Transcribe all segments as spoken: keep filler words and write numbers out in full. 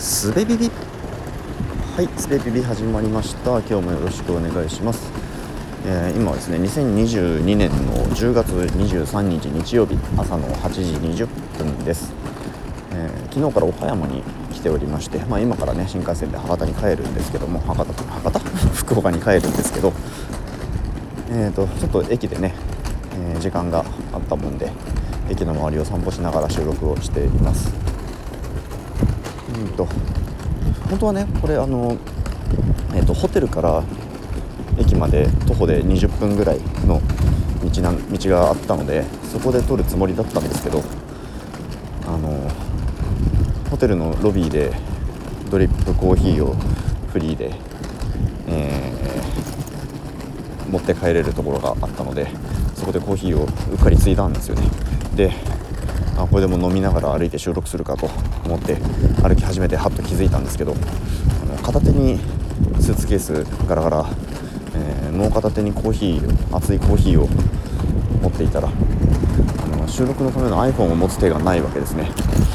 すべビビはい、すべビビ始まりました。今日もよろしくお願いします。えー、今はですねにせんにじゅうにねんのじゅうがつにじゅうさんにち日曜日朝のはちじにじゅっぷんです。えー、昨日から岡山に来ておりまして、まあ、今からね新幹線で博多に帰るんですけども博多博多福岡に帰るんですけど、えーとちょっと駅でね、えー、時間があったもんで駅の周りを散歩しながら収録をしています。うんと本当はねこれあの、えーとホテルから駅まで徒歩でにじゅっぷんぐらいの道な道があったのでそこで撮るつもりだったんですけど、あのホテルのロビーでドリップコーヒーをフリーで、えー、持って帰れるところがあったのでそこでコーヒーをうっかりついだんですよね。であこれでも飲みながら歩いて収録するかと思って歩き始めてハッと気づいたんですけど、あの片手にスーツケースガラガラ、えー、もう片手にコーヒー熱いコーヒーを持っていたらあの収録のための iPhone を持つ手がないわけですね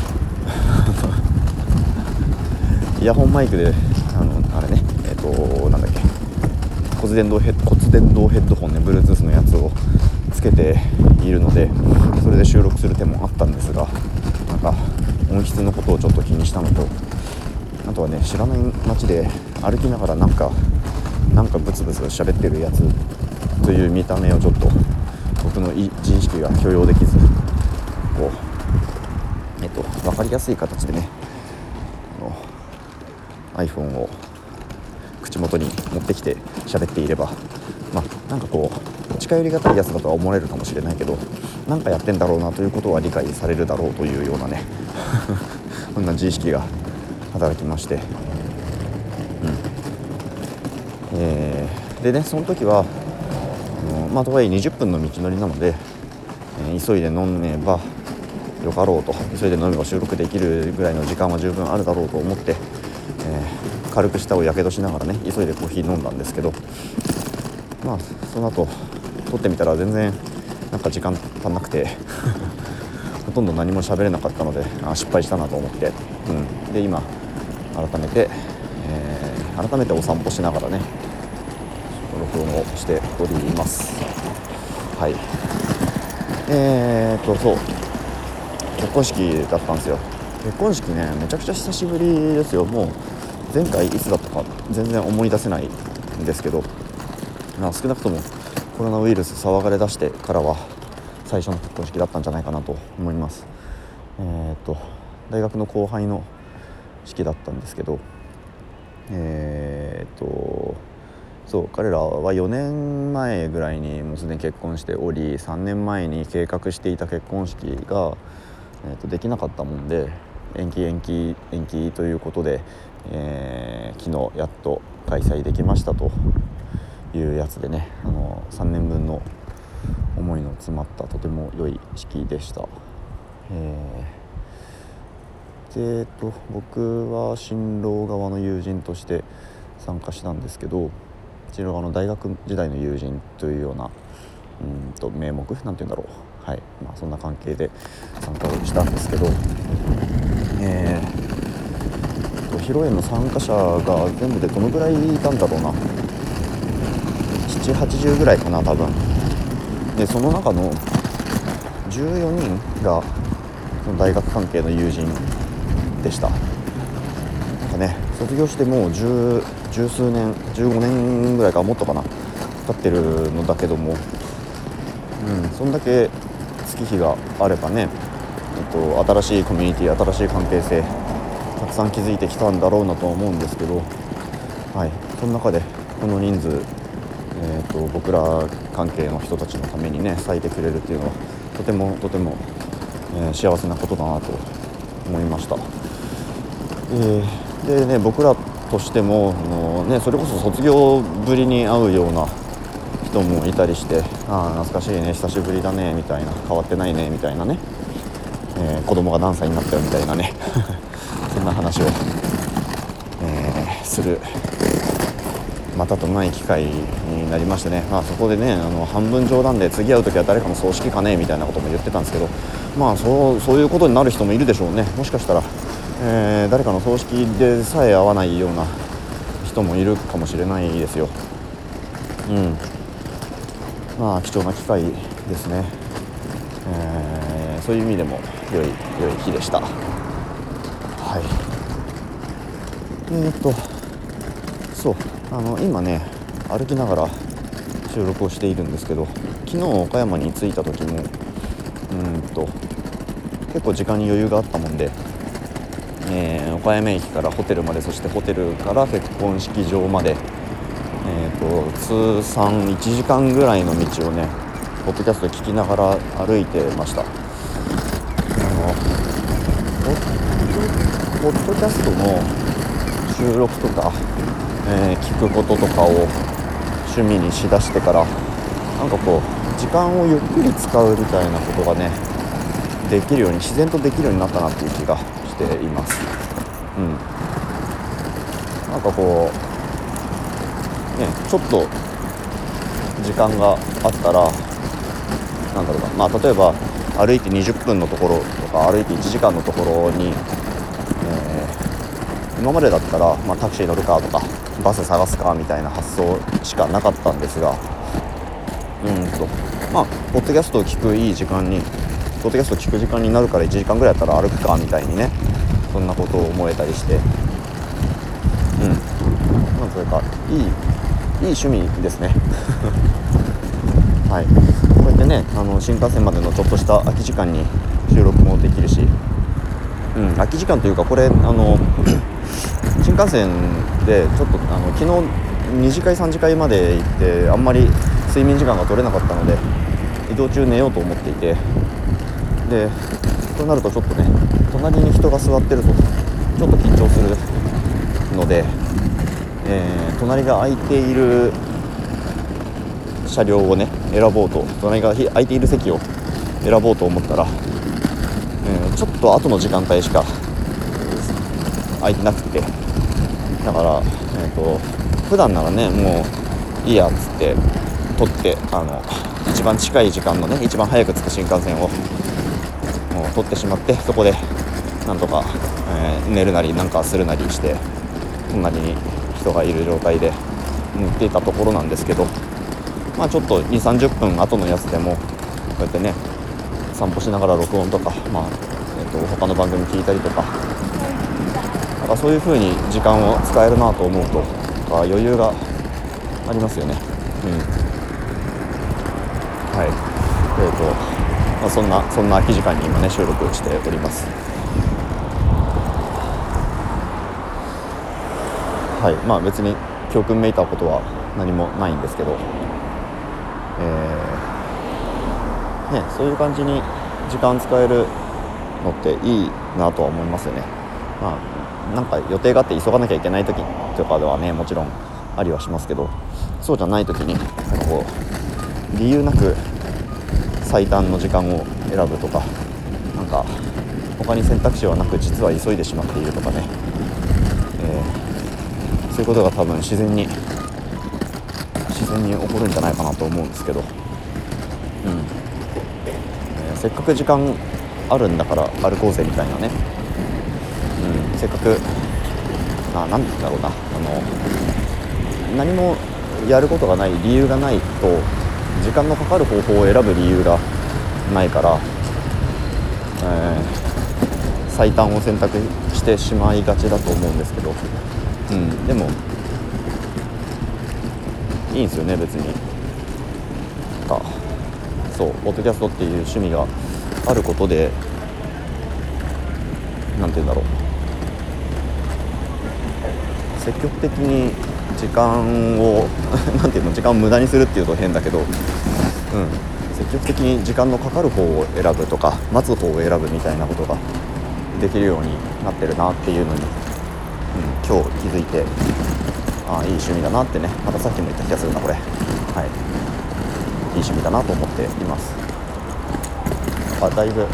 イヤホンマイクであのあれねえっ、ー、となんだっけ骨伝導ヘッ骨伝導ヘッドホンね Bluetooth のやつをつけているのでそれで収録する手もあったんですが、なんか音質のことをちょっと気にしたのと、あとはね知らない街で歩きながらなんかなんかブツブツ喋ってるやつという見た目をちょっと僕の自意識が許容できず、こうえっと分かりやすい形でねあの iPhone を口元に持ってきて喋っていれば、まあなんかこう近寄りがたいやつだとは思われるかもしれないけど、なんかやってんだろうなということは理解されるだろうというようなねそんな自意識が働きまして、うんえー、でねその時はあの、まあ、とはいえにじゅっぷんの道のりなので、えー、急いで飲めばよかろうと急いで飲めば収録できるぐらいの時間は十分あるだろうと思って、えー、軽く舌をやけどしながらね急いでコーヒー飲んだんですけど、まあその後撮ってみたら全然なんか時間足んなくてほとんど何も喋れなかったのであ失敗したなと思って、うん、で今改めて、えー、改めてお散歩しながらね録音をしております。はいえーとそう結婚式だったんですよ。結婚式ねめちゃくちゃ久しぶりですよ。もう前回いつだったか全然思い出せないんですけど、まあ、少なくともコロナウイルス騒がれ出してからは最初の結婚式だったんじゃないかなと思います。えーと大学の後輩の式だったんですけど、えーとそう彼らはよねんまえぐらいにもうすでに結婚しており、さんねんまえに計画していた結婚式が、えーとできなかったもんで延期延期延期ということで、えー、昨日やっと開催できましたというやつでね、あのさんねんぶんの思いの詰まったとても良い式でした。えー、で、えっと、僕は新郎側の友人として参加したんですけど、新郎側の大学時代の友人というようなうんと名目なんて言うんだろう、はいまあ、そんな関係で参加をしたんですけど、えー、披露宴の参加者が全部でどのぐらいいたんだろうな、ななじゅうはちじゅうぐらいかな多分で、その中のじゅうよにんがその大学関係の友人でした。なんかね卒業してもう十十数年じゅうごねんぐらいかもっとかな経ってるのだけども、うんそんだけ月日があればね、えっと、新しいコミュニティ新しい関係性たくさん築いてきたんだろうなとは思うんですけど、はい、その中でこの人数、えー、と僕ら関係の人たちのためにね割いてくれるっていうのはとてもとても、えー、幸せなことだなと思いました。えー、でね僕らとしてもあの、ね、それこそ卒業ぶりに会うような人もいたりして、ああ懐かしいね久しぶりだねみたいな、変わってないねみたいなね、えー、子供が何歳になったよみたいなねそんな話を、えー、するまたとない機会になりましてね、まあ、そこでねあの半分冗談で次会う時は誰かの葬式かねみたいなことも言ってたんですけど、まあそう、そういうことになる人もいるでしょうね。もしかしたらえー、誰かの葬式でさえ会わないような人もいるかもしれないですよ。うん、まあ貴重な機会ですね。えー、そういう意味でも良い良い日でした。はい。えー、っとそうあの今ね歩きながら収録をしているんですけど、昨日岡山に着いた時もうんと結構時間に余裕があったもんで、えー、岡山駅からホテルまで、そしてホテルから結婚式場まで、えー、と通算いちじかんぐらいの道をねポッドキャスト聞きながら歩いてました。あのポッドキャストの収録とか、えー、聞くこととかを趣味にしだしてから、なんかこう時間をゆっくり使うみたいなことがねできるように自然とできるようになったなっていう気がしています。うん、なんかこうねちょっと時間があったらなんだろうな、まあ例えば歩いてにじゅっぷんのところとか歩いていちじかんのところに、えー、今までだったら、まあ、タクシー乗るかとかバス探すかみたいな発想しかなかったんですが、うんとまあポッドキャストを聞くいい時間にポッドキャストを聞く時間になるからいちじかんぐらいやったら歩くかみたいにね、そんなことを思えたりして、うんなんというかいいいい趣味ですねはい、こうやってねあの新幹線までのちょっとした空き時間に収録もできるし、うん、空き時間というかこれあの新幹線でちょっとあの昨日に次会さん次会まで行ってあんまり睡眠時間が取れなかったので移動中寝ようと思っていて、でそうなるとちょっとね隣に人が座ってるとちょっと緊張するので、えー、隣が空いている車両をね選ぼうと隣が空いている席を選ぼうと思ったら、えー、ちょっと後の時間帯しか空いてなくて、だから、えーと、普段ならねもういいやっつって取ってあの一番近い時間のね一番早く着く新幹線をもう取ってしまって、そこでなんとか、えー、寝るなりなんかするなりして隣に人がいる状態で乗っていたところなんですけど、まあちょっとにじゅうさんじゅっぷん後のやつでもこうやってね散歩しながら録音とか、まあえー、と他の番組聞いたりとか、なんかそういう風に時間を使えるなと思うと余裕がありますよね。うん、はい、えーとまあ、そんなそんな空き時間に今ね収録しております。はい、まあ別に教訓めいたことは何もないんですけど、えーね、そういう感じに時間使えるのっていいなとは思いますよね。まあなんか予定があって急がなきゃいけない時とかではねもちろんありはしますけど、そうじゃない時になんかこう理由なく最短の時間を選ぶとか、なんか他に選択肢はなく実は急いでしまっているとかね、えー、そういうことが多分自然に自然に起こるんじゃないかなと思うんですけど、うんえー、せっかく時間あるんだから歩こうぜみたいなね、うん、せっかくななんだろうなあの何もやることがない理由がないと時間のかかる方法を選ぶ理由がないから、えー、最短を選択してしまいがちだと思うんですけど、うん、でもいいんですよね別に。なんかそうポッドキャストっていう趣味があることでなんて言うんだろう、積極的に時間をなんていうの時間を無駄にするっていうと変だけど、うん、積極的に時間のかかる方を選ぶとか待つ方を選ぶみたいなことができるようになってるなっていうのに、うん、今日気づいて、ああいい趣味だなってね、またさっきも言った気がするなこれ、はい、いい趣味だなと思っています。あだいぶ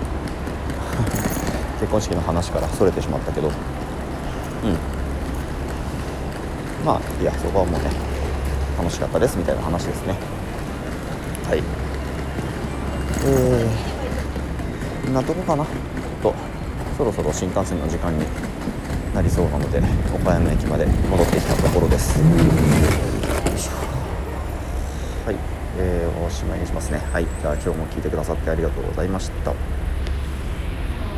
結婚式の話からそれてしまったけど、うんまあいやそこはもうね楽しかったですみたいな話ですね。はい、えー、こんなとこかなと。そそろそろ新幹線の時間になりそうなので岡山駅まで戻ってきたところです。はい、えー、おしまいにしますね。はい、じゃあ今日も聞いてくださってありがとうございました。